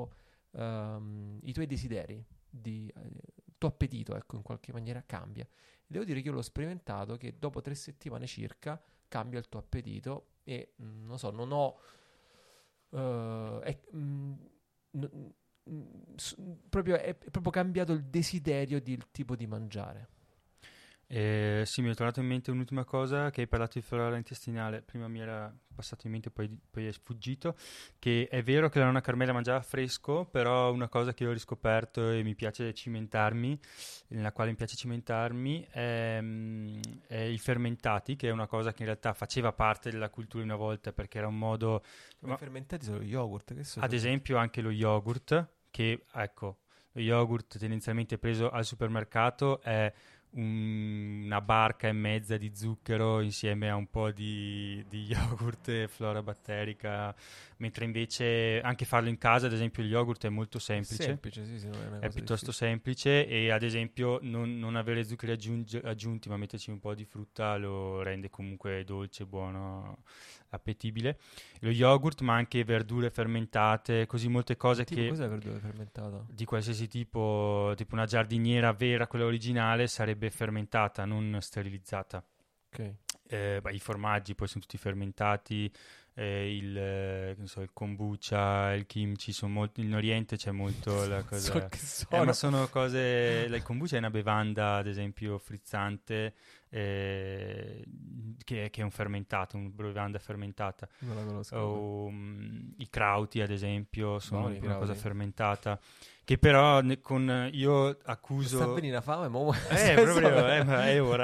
i tuoi desideri, il tuo appetito, ecco, in qualche maniera cambia. E devo dire che io l'ho sperimentato, che dopo 3 settimane circa cambia il tuo appetito e non so, non ho è proprio cambiato il desiderio del tipo di mangiare.
Sì, mi è tornato in mente un'ultima cosa, che hai parlato di flora intestinale, prima mi era passato in mente, poi è sfuggito, che è vero che la nonna Carmela mangiava fresco, però una cosa che ho riscoperto e mi piace cimentarmi, nella quale mi piace cimentarmi, è i fermentati, che è una cosa che in realtà faceva parte della cultura una volta, perché era un modo...
Ma i fermentati sono yogurt, che so.
Ad esempio anche lo yogurt, che ecco, lo yogurt tendenzialmente preso al supermercato è una barca e mezza di zucchero insieme a un po' di yogurt e flora batterica, mentre invece anche farlo in casa, ad esempio il yogurt è molto semplice,
Sì, non è una
è
cosa
piuttosto
difficile.
semplice, e ad esempio non avere zuccheri aggiunti, ma metterci un po' di frutta lo rende comunque dolce, buono, appetibile. Lo yogurt, ma anche verdure fermentate, così molte cose
Tipo,
che
cos'è verdura fermentata?
di qualsiasi tipo una giardiniera vera, quella originale, sarebbe fermentata, non sterilizzata.
Ok.
I formaggi poi sono tutti fermentati, che ne so, il kombucha, il kimchi, sono molto, in Oriente c'è molto la cosa...
Che sono.
ma sono cose... Il kombucha è una bevanda, ad esempio, frizzante, che è un fermentato, una bevanda fermentata.
Non la conosco.
O i krauti, ad esempio, sono
Buoni i
una cosa
krauti.
fermentata, che però io
Mi
accuso...
sta venendo una fame, mo.
proprio, ma è ora.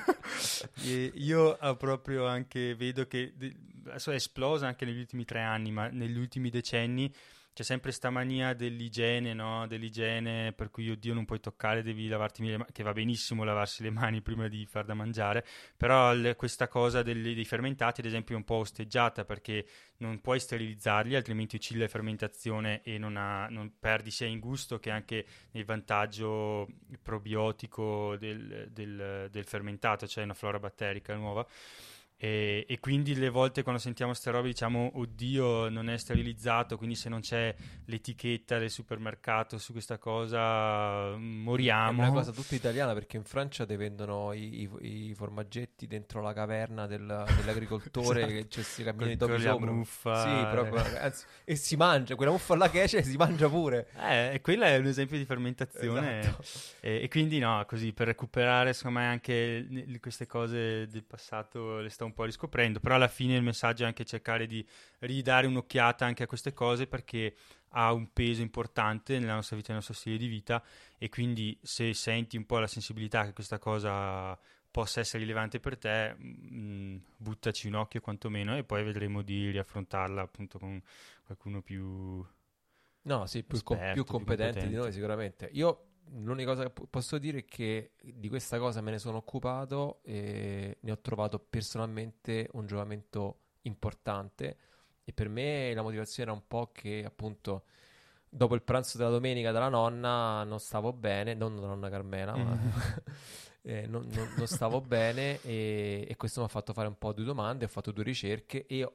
Io proprio anche vedo che adesso è esplosa anche negli ultimi 3 anni, ma negli ultimi decenni c'è sempre sta mania dell'igiene, no? Dell'igiene, per cui oddio non puoi toccare, devi lavarti le mani, che va benissimo lavarsi le mani prima di far da mangiare, però questa cosa dei fermentati, ad esempio, è un po' osteggiata, perché non puoi sterilizzarli, altrimenti uccidi la fermentazione e non perdi sia in gusto che anche nel vantaggio probiotico del fermentato, cioè una flora batterica nuova. E quindi le volte quando sentiamo ste robe diciamo oddio non è sterilizzato, quindi se non c'è l'etichetta del supermercato su questa cosa moriamo.
È una cosa tutta italiana, perché in Francia ti vendono i formaggetti dentro la caverna dell'agricoltore,
Esatto.
che c'è si cammina i topi
Con la
sopra.
muffa.
Sì, proprio, anzi, e si mangia, quella muffa là che si mangia pure.
E quella è un esempio di fermentazione.
Esatto.
E quindi no, così per recuperare secondo me anche queste cose del passato le sto un po' riscoprendo, però alla fine il messaggio è anche cercare di ridare un'occhiata anche a queste cose, perché ha un peso importante nella nostra vita e nel nostro stile di vita, e quindi se senti un po' la sensibilità che questa cosa possa essere rilevante per te, buttaci un occhio quantomeno, e poi vedremo di riaffrontarla appunto con qualcuno più...
No, sì, più
esperto,
competente di noi
competente.
sicuramente. Io l'unica cosa che posso dire è che di questa cosa me ne sono occupato e ne ho trovato personalmente un giovamento importante, e per me la motivazione era un po' che appunto dopo il pranzo della domenica della nonna non stavo bene, non della nonna Carmela, ma non stavo bene, e questo mi ha fatto fare un po' 2 domande, ho fatto 2 ricerche, e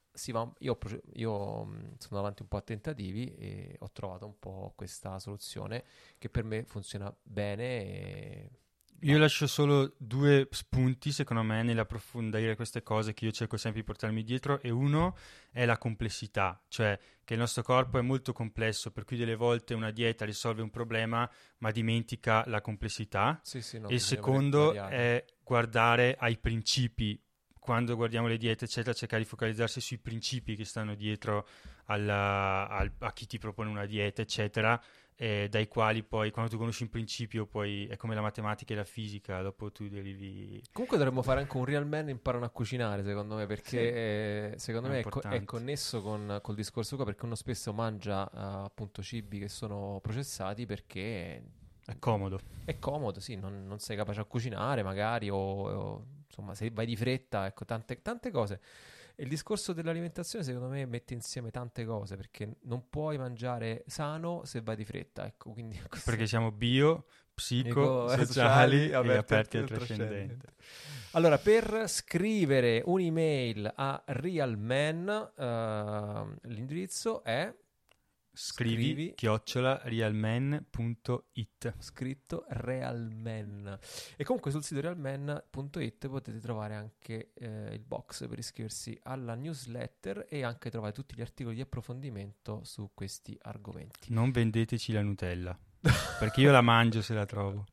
io sono avanti un po' a tentativi e ho trovato un po' questa soluzione che per me funziona bene.
Io lascio solo 2 spunti, secondo me, nell'approfondire queste cose che io cerco sempre di portarmi dietro, e uno è la complessità, cioè che il nostro corpo è molto complesso, per cui delle volte una dieta risolve un problema ma dimentica la complessità.
Sì, no,
E il
bisogna
secondo
variare.
è guardare ai principi. Quando guardiamo le diete, eccetera, cercare di focalizzarsi sui principi che stanno dietro a chi ti propone una dieta, eccetera, dai quali poi, quando tu conosci un principio, poi è come la matematica e la fisica, dopo tu derivi...
Comunque dovremmo fare anche un Real Man imparano a cucinare, secondo me, perché secondo
è
me è
importante.
connesso col discorso qua, perché uno spesso mangia appunto cibi che sono processati perché
È comodo.
è comodo, sì, non sei capace a cucinare magari, o insomma se vai di fretta, ecco, tante cose. E il discorso dell'alimentazione secondo me mette insieme tante cose, perché non puoi mangiare sano se vai di fretta, ecco, quindi
Perché siamo bio, psico,
sociali,
sociali e
aperti
aperti
al
al trascendente.
Allora, per scrivere un'email a Realman, l'indirizzo è
Scrivi @realman.it.
Scritto Realman. E comunque sul sito realman.it potete trovare anche il box per iscriversi alla newsletter e anche trovare tutti gli articoli di approfondimento su questi argomenti.
Non vendeteci la Nutella, perché io la mangio se la trovo.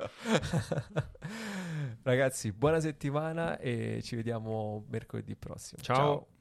Ragazzi, buona settimana e ci vediamo mercoledì prossimo.
Ciao.